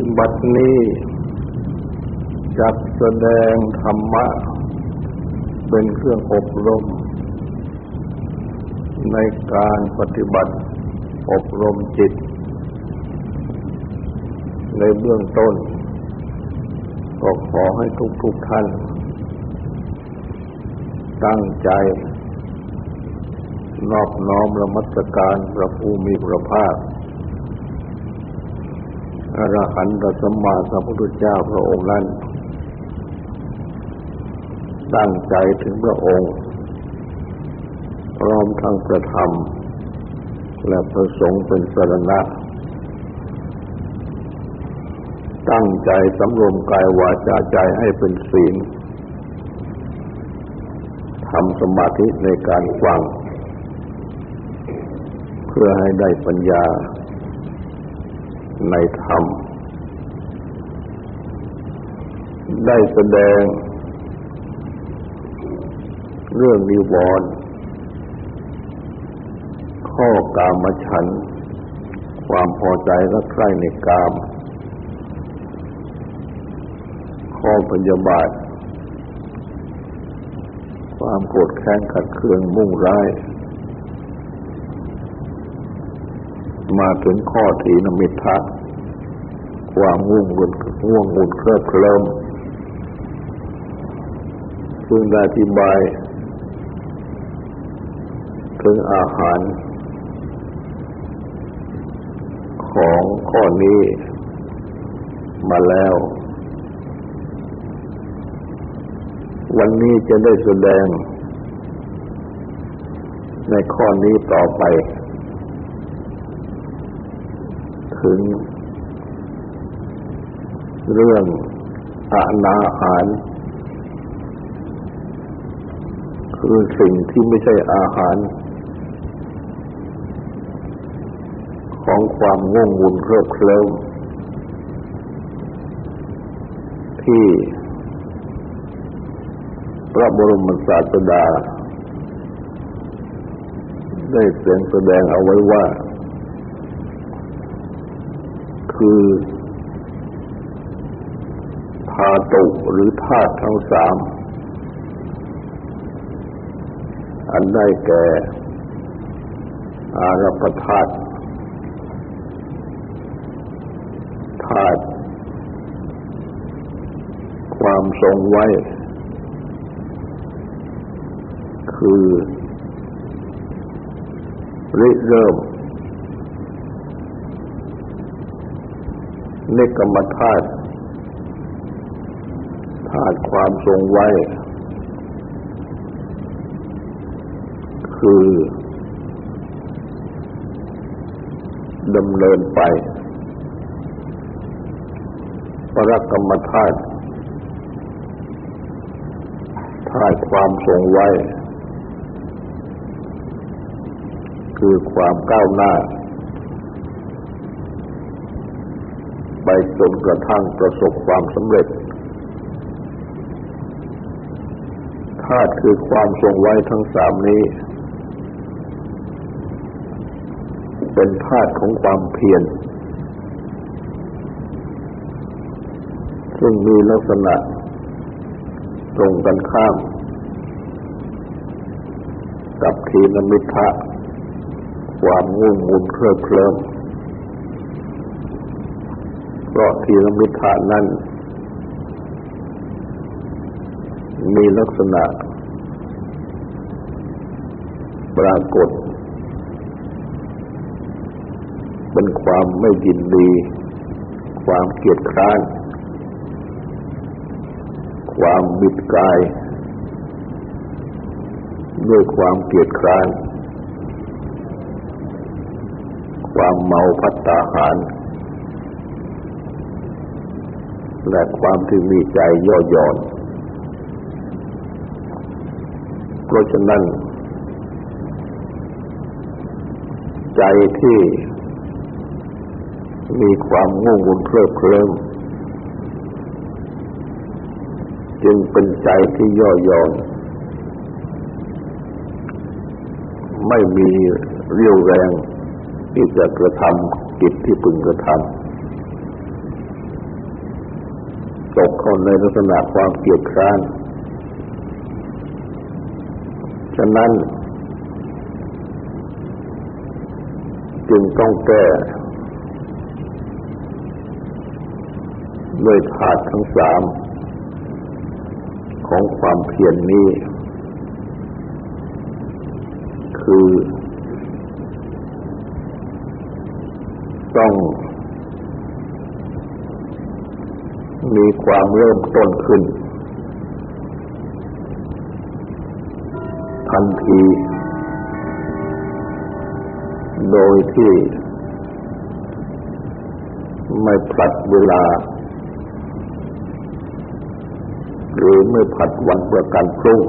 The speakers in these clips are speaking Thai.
บัดนี้จักแสดงธรรมะเป็นเครื่องอบรมในการปฏิบัติอบรมจิตในเบื้องต้นก็ขอให้ทุกท่านตั้งใจนอบน้อมนมัสการพระผู้มีพระภาคอรหันตสัมมาสัมพุทธเจ้าพระองค์นั้นตั้งใจถึงพระองค์พร้อมทั้งพระธรรมและพระสงฆ์เป็นสรณะตั้งใจสำรวมกายวาจาใจให้เป็นศีลทำสมาธิในการฟังเพื่อให้ได้ปัญญาในธรรมได้แสดงเรื่องนิวรณ์ข้อกามฉันท์ความพอใจและใคร่ในกามข้อพยาบาทความโกรธแค้นขัดเคืองมุ่งร้ายมาถึงข้อถีนมิทธะความง่วงงุนเคลิบเคลิ้มซึ่งได้อธิบายถึงอาหารของข้อนี้มาแล้ววันนี้จะได้แสดงในข้อนี้ต่อไปถึงเรื่องอาหารคือสิ่งที่ไม่ใช่อาหารของความง่วงงุนเคลิบเคลิ้มที่พระบรมศาสดาได้แสดงเอาไว้ว่าคือธาตุหรือธาตุทั้งสามอันได้แก่อารัปธาตุธาตุความทรงไว้คือริเริ่มเนกขัมมธาตุธาตุความทรงไว้คือดำเนินไปปรกัมมธาตุธาตุความทรงไว้คือความก้าวหน้าไปจนกระทั่งประสบความสำเร็จธาตุคือความทรงไว้ทั้งสามนี้เป็นธาตุของความเพียรซึ่งมีลักษณะตรงกันข้ามกับถีนมิทธะความง่วงงุนเคลิบเคลิ้มเพราะถีนมิทธะนั้นมีลักษณะปรากฏเป็นความไม่ยินดีความเกลียดคร้านความบิดกายด้วยความเกลียดคร้านความเมาภัตตาหารและความที่มีใจย่อหย่อนเพราะฉะนั้นใจที่มีความง่วงงุนเคลิบเคลิ้มจึงเป็นใจที่ย่อหย่อนไม่มีเรี่ยวแรงที่จะกระทำกิจที่พึงกระทำตกเข้าในลักษณะความเกลียดคร้านฉะนั้นจึงต้องแก้ด้วยธาตุทั้งสามของความเพียรนี้คือต้องมีความเริ่มต้นขึ้นทันทีโดยที่ไม่ผลัดเวลาหรือไม่ผลัดวันประกันพรุ่ง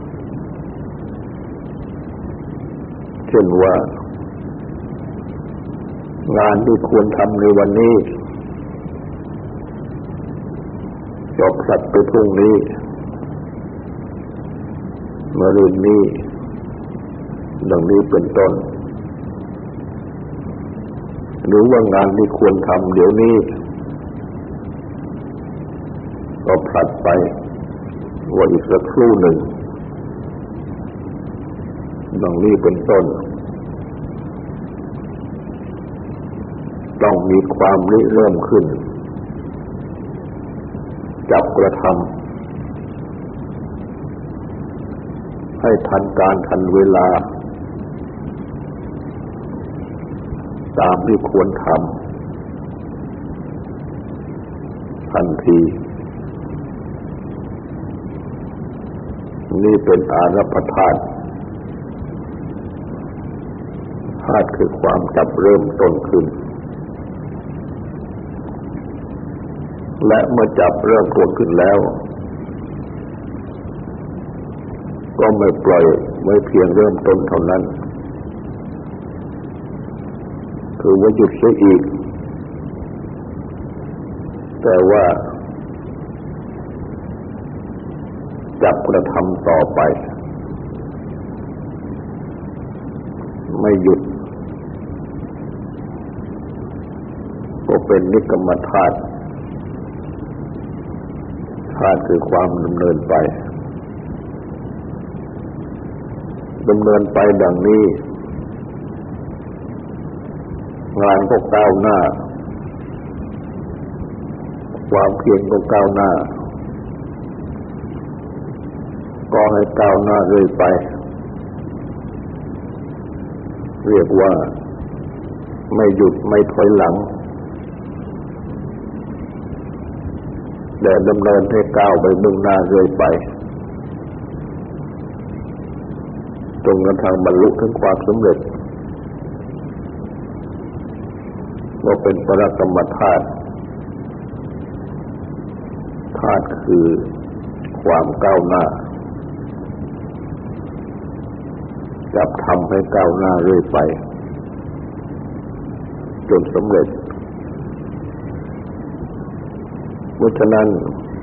เช่นว่างานที่ควรทำในวันนี้จะผลัดไปพรุ่งนี้มะรืนนี้ดังนี้เป็นต้นหรือว่างานที่ควรทำเดี๋ยวนี้ก็ผลัดไปว่าอีกสักครู่หนึ่งดังนี้เป็นต้นต้องมีความริเริ่มขึ้นจับกระทำให้ทันการทันเวลาตามที่ควรทำทันทีนี่เป็นอารัปธาตุธาตุคือความจับเริ่มต้นขึ้นและเมื่อจับเริ่มต้นขึ้นแล้วก็ไม่ปล่อยไว้เพียงเริ่มต้นเท่านั้นคือว่าหยุดเสียอีกแต่ว่าจับกระทำต่อไปไม่หยุดก็เป็นนิกรรมธาตุธาตุคือความดำเนินไปดังนี้งานก็ก้าวหน้าความเพียรก็ก้าวหน้าก็ให้ก้าวหน้าเรื่อยไปเรียกว่าไม่หยุดไม่ถอยหลังแต่ดำเนินให้ก้าวไปมุ่งหน้าเรื่อยไปจนกระทั่งบรรลุถึงความสำเร็จว่าเป็นปรกรรมธาตุธาตุคือความก้าวหน้าจับทำให้ก้าวหน้าเรื่อยไปจนสำเร็จเพราะฉะนั้น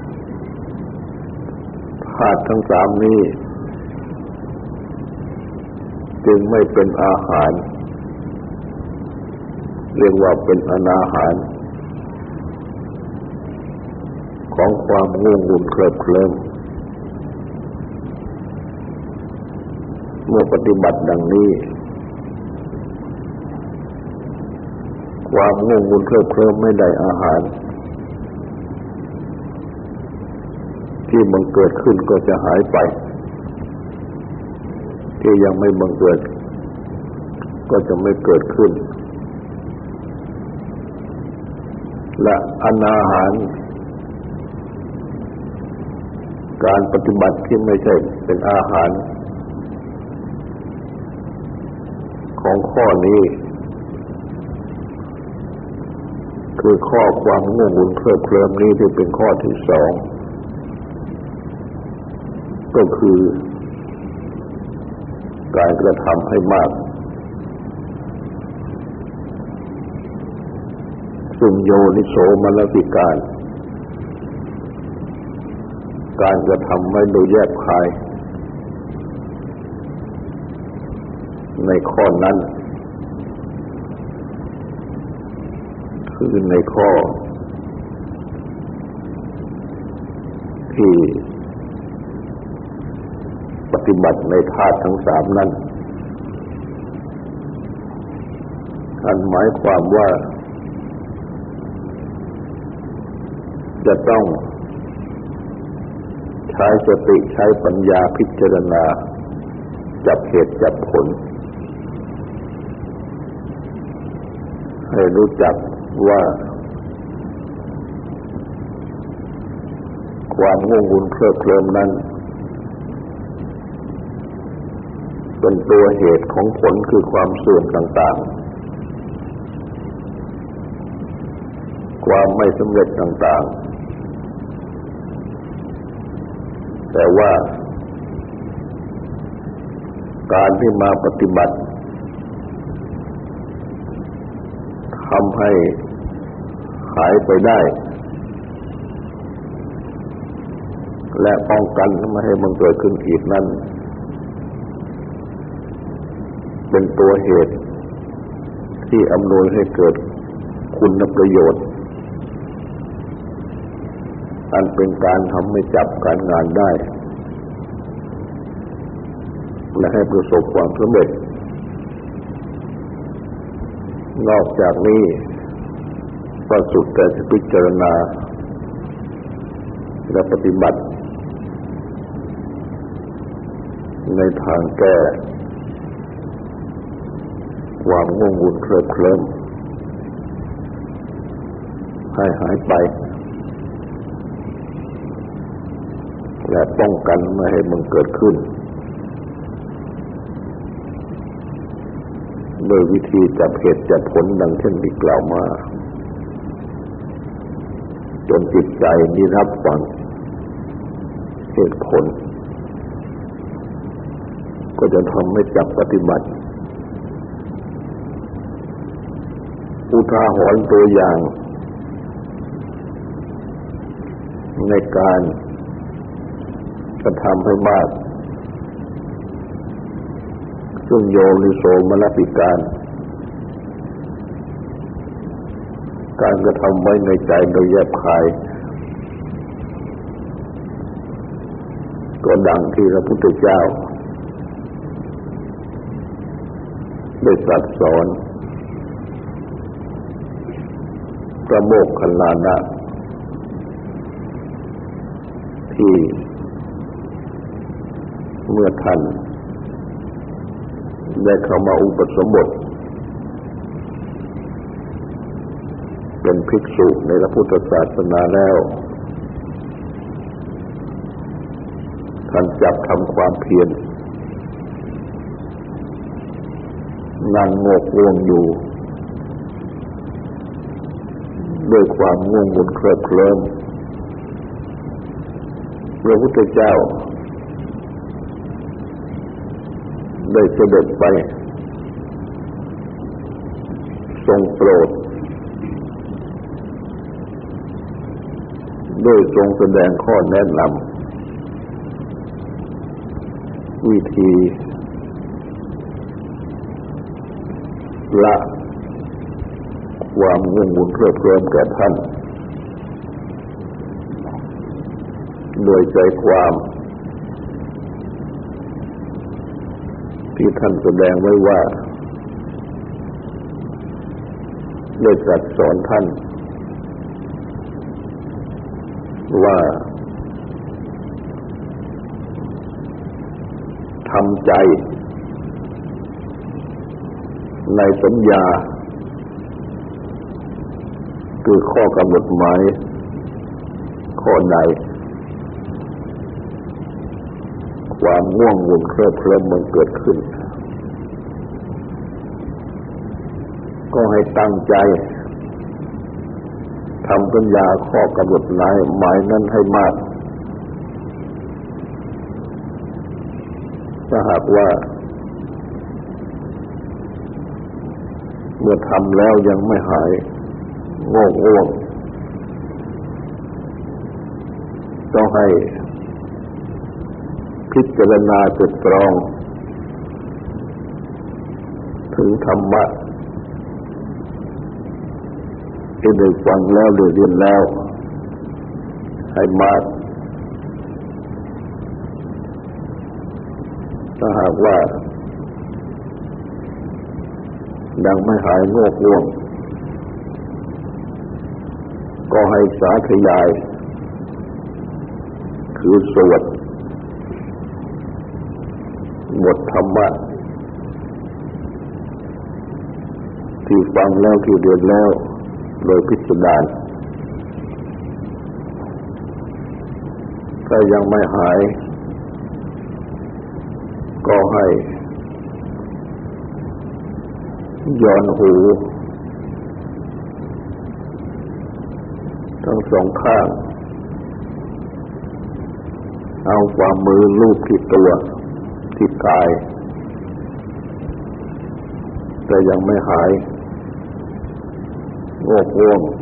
ธาตุทั้งสามนี้จึงไม่เป็นอาหารเรียกว่าเป็นอนาหารของความง่วงงุนเคลิบเคลิ้มเมื่อปฏิบัติดังนี้ความง่วงงุนเคลิบเคลิ้มไม่ได้อาหารที่บังเกิดขึ้นก็จะหายไปที่ยังไม่บังเกิดก็จะไม่เกิดขึ้นและอนาหารการปฏิบัติที่ไม่ใช่เป็นอาหารของข้อนี้คือข้อความง่วงงุนเคลิบเคลิ้มนี้ที่เป็นข้อที่สองก็คือการกระทำให้มากสุญโยนิโสมนสิการการกระทำไม่โดยแยบคายในข้อนั้นคือในข้อที่ปฏิบัติในธาตุทั้งสามนั้นอันหมายความว่าจะต้องใช้สติใช้ปัญญาพิจารณาจับเหตุจับผลให้รู้จักว่าความง่วงวุ่นเคลิบเคลิ้มนั้นเป็นตัวเหตุของผลคือความเสื่อมต่างๆความไม่สำเร็จต่างๆแต่ว่าการที่มาปฏิบัติทำให้หายไปได้และป้องกันไม่ให้มันเกิดขึ้นอีกนั้นเป็นตัวเหตุที่อำนวยให้เกิดคุณประโยชน์อันเป็นการทำให้จับการงานได้และให้ประสบความสำเร็จนอกจากนี้ก็สุดแต่จะพิจารณาและปฏิบัติในทางแก้ความง่วงวุ่นเคลิบเคลิ้มให้หายไปและป้องกันไม่ให้มันเกิดขึ้นโดยวิธีจับเหตุจับผลดังเช่นที่กล่าวมาจนจิตใจได้รับฟังเหตุผลก็จะทำให้จับปฏิบัติอุทาหรณ์ตัวอย่างในการกระทำให้มากซึ่งโยนิโสมนสิการการกระทำไว้ในใจโดยแยบคายก็ดังที่พระพุทธเจ้าได้ตรัสสอนพระโมคคัลลานะที่เมื่อท่านได้เข้ามาอุปสมบทเป็นภิกษุในพระพุทธศาสนาแล้วท่านจับทำความเพียรนั่งงกง่วงอยู่ด้วยความง่วงวุ่นเคลิบเคลิ้มพระพุทธเจ้าได้เสด็จไปทรงโปรดโดยทรงแสดงข้อแนะนำวิธีละความง่วงวุ่นเคลิบเคลิ้มแก่ท่านโดยใจความที่ท่านแสดงไว้ว่าได้ตรัสสอนท่านว่าทำใจในสัญญาคือข้อกำหนดหมายข้อใดความง่วงวุ่นเคลิบเคลิ้มมันเกิดขึ้นก็ให้ตั้งใจทำสัญญาข้อกำหนดหมายนั้นให้มากถ้าหากว่าเมื่อทำแล้วยังไม่หายง่วงต้องให้พิจารณาตรึกตรองถึงธรรมะที่ได้ฟังแล้วได้เรียนแล้วให้มากถ้าหากว่ายังไม่หายง่วงง่วงก็ให้สาธยายคือสวดบทธรรมะที่ฟังแล้วที่เรียนแล้วโดยพิสดารถ้ายังไม่หายก็ให้ย้อนหูทั้งสองข้างเอาฝ่ามือลูบที่ตัวที่กายแต่ยังไม่หายง่วง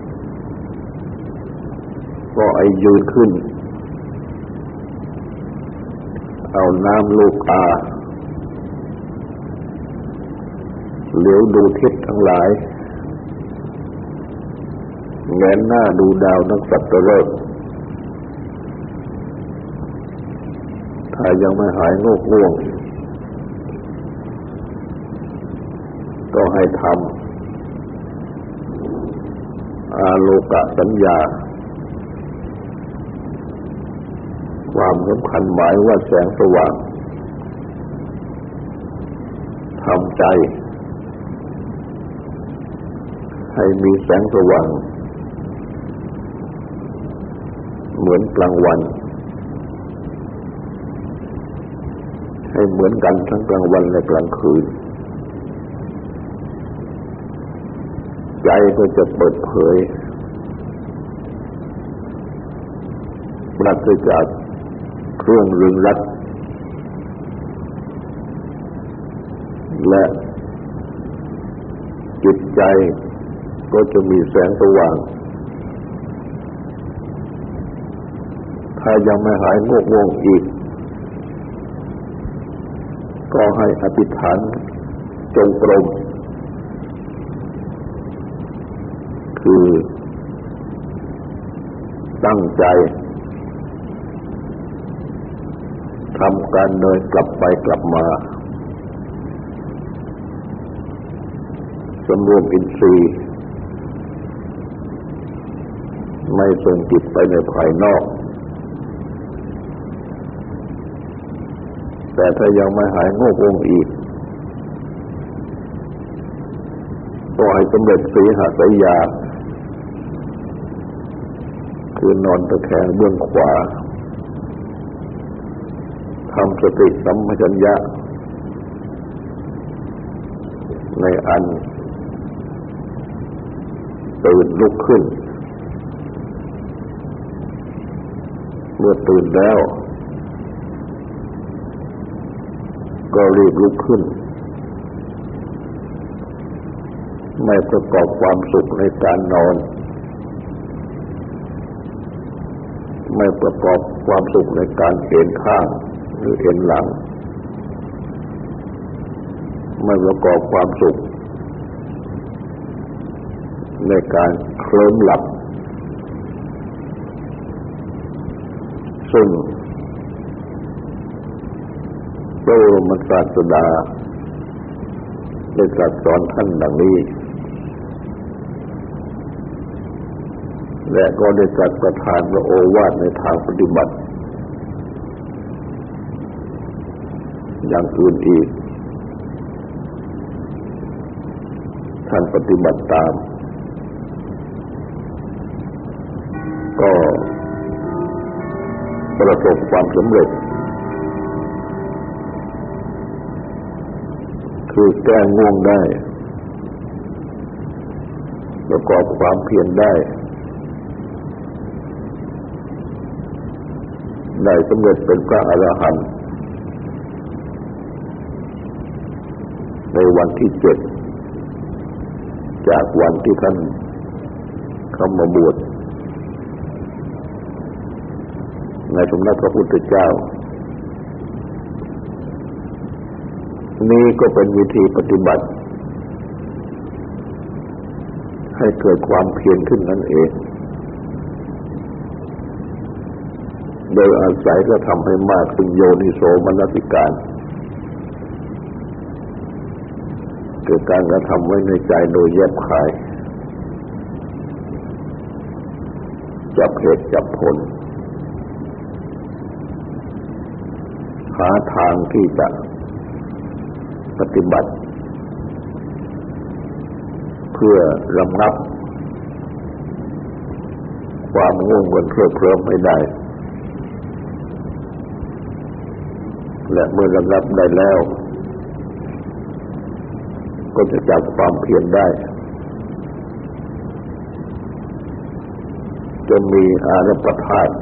ก็ไอยืนขึ้นเอาน้ำลูบตาเหลียวดูทิศทั้งหลายแงนหน้าดูดาวนักสัตว์ฤกษ์ถ้ายังไม่หายง่วงก็ให้ทำอาโลกสัญญาความสำคัญหมายว่าแสงสว่างทำใจให้มีแสงสว่างเหมือนกลางวันให้เหมือนกันทั้งกลางวันและกลางคืนใจก็จะเปิดเผยปราศจากเครื่องรึงรัดและจิตใจก็จะมีแสงสว่างถ้ายังไม่หายง่วงอีกก็ให้อธิษฐานจงกรมคือตั้งใจทำการเดินกลับไปกลับมาสำรวมอินทรีย์ไม่ส่งจิตไปในภายนอกแต่ถ้ายังไม่หายง่วงอีกก็ให้สำเร็จสีหสยาคือนอนตะแคงเบื้องขวาทำสติสัมปชัญญะในอันตื่นลุกขึ้นเมื่อตื่นแล้วก็รีบลุกขึ้นไม่ประกอบความสุขในการนอนไม่ประกอบความสุขในการเอนข้างหรือเอนหลังไม่ประกอบความสุขในการเคลิ้มหลับซึ่งพระบรมศาสดาได้ตรัสสอนท่านดังนี้และก็ได้ตรัสประทานพระโอวาทในทางปฏิบัติอย่างอื่นอีกท่านปฏิบัติตามก็ประสบความสำเร็จคือแก้ง่วงได้ประกอบความเพียรได้สำเร็จเป็นพระอรหันต์ในวันที่7จากวันที่ท่านเข้ามาบวชในสมณะพระพุทธเจ้านี้ก็เป็นวิธีปฏิบัติให้เกิดความเพียรขึ้นนั่นเองโดยอาศัยก็ทำให้มากซึ่งโยนิโสมนสิการคือการกระทำไว้ในใจโดยแยบคายจับเหตุจับผลหาทางที่จะปฏิบัติเพื่อระงับความง่วงเหงาเคลิ้มเคลิ้มไม่ได้และเมื่อระงับได้แล้วก็จะจับความเพียรได้จนมีอารัปปธาตุ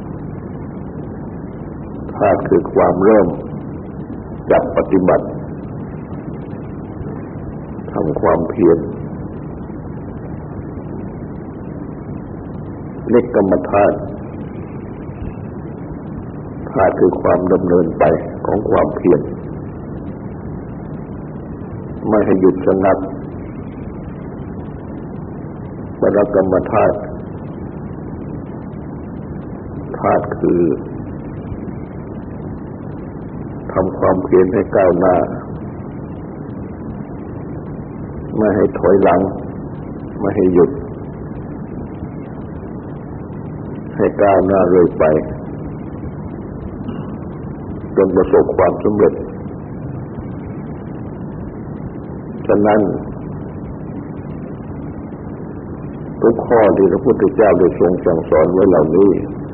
ธาตุคือความเริ่มจับปฏิบัติทำความเพียรเนกขัมมธาตุธาตุคือความดำเนินไปของความเพียรไม่ให้หยุดชะงักปรกัมมธาตุธาตุคือทำความเพียรให้ก้าวหน้าไม่ให้ถอยหลังไม่ให้หยุดให้ก้าวหน้าเรื่อยไปจนประสบความสำเร็จฉะนั้นทุกข้อที่พระพุทธเจ้าได้ทรงสั่งสอนไว้เหล่านี้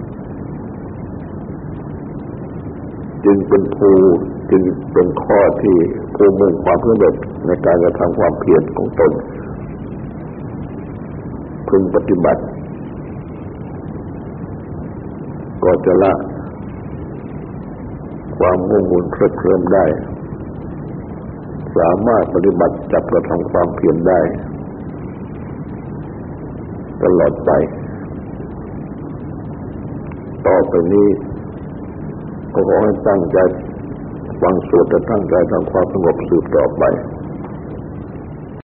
จึงเป็นข้อที่ผู้มุ่งความสำเร็จในการกระทำความเพียรของตนพึงปฏิบัติก็จะละความง่วงเหงาเคลิ้มเคลิ้มได้สามารถปฏิบัติจับกระทำความเพียรได้ตลอดไปต่อไปนี้ก็ขอให้ตั้งใจฟังสวดและตั้งใจทำความสงบสืบต่อไป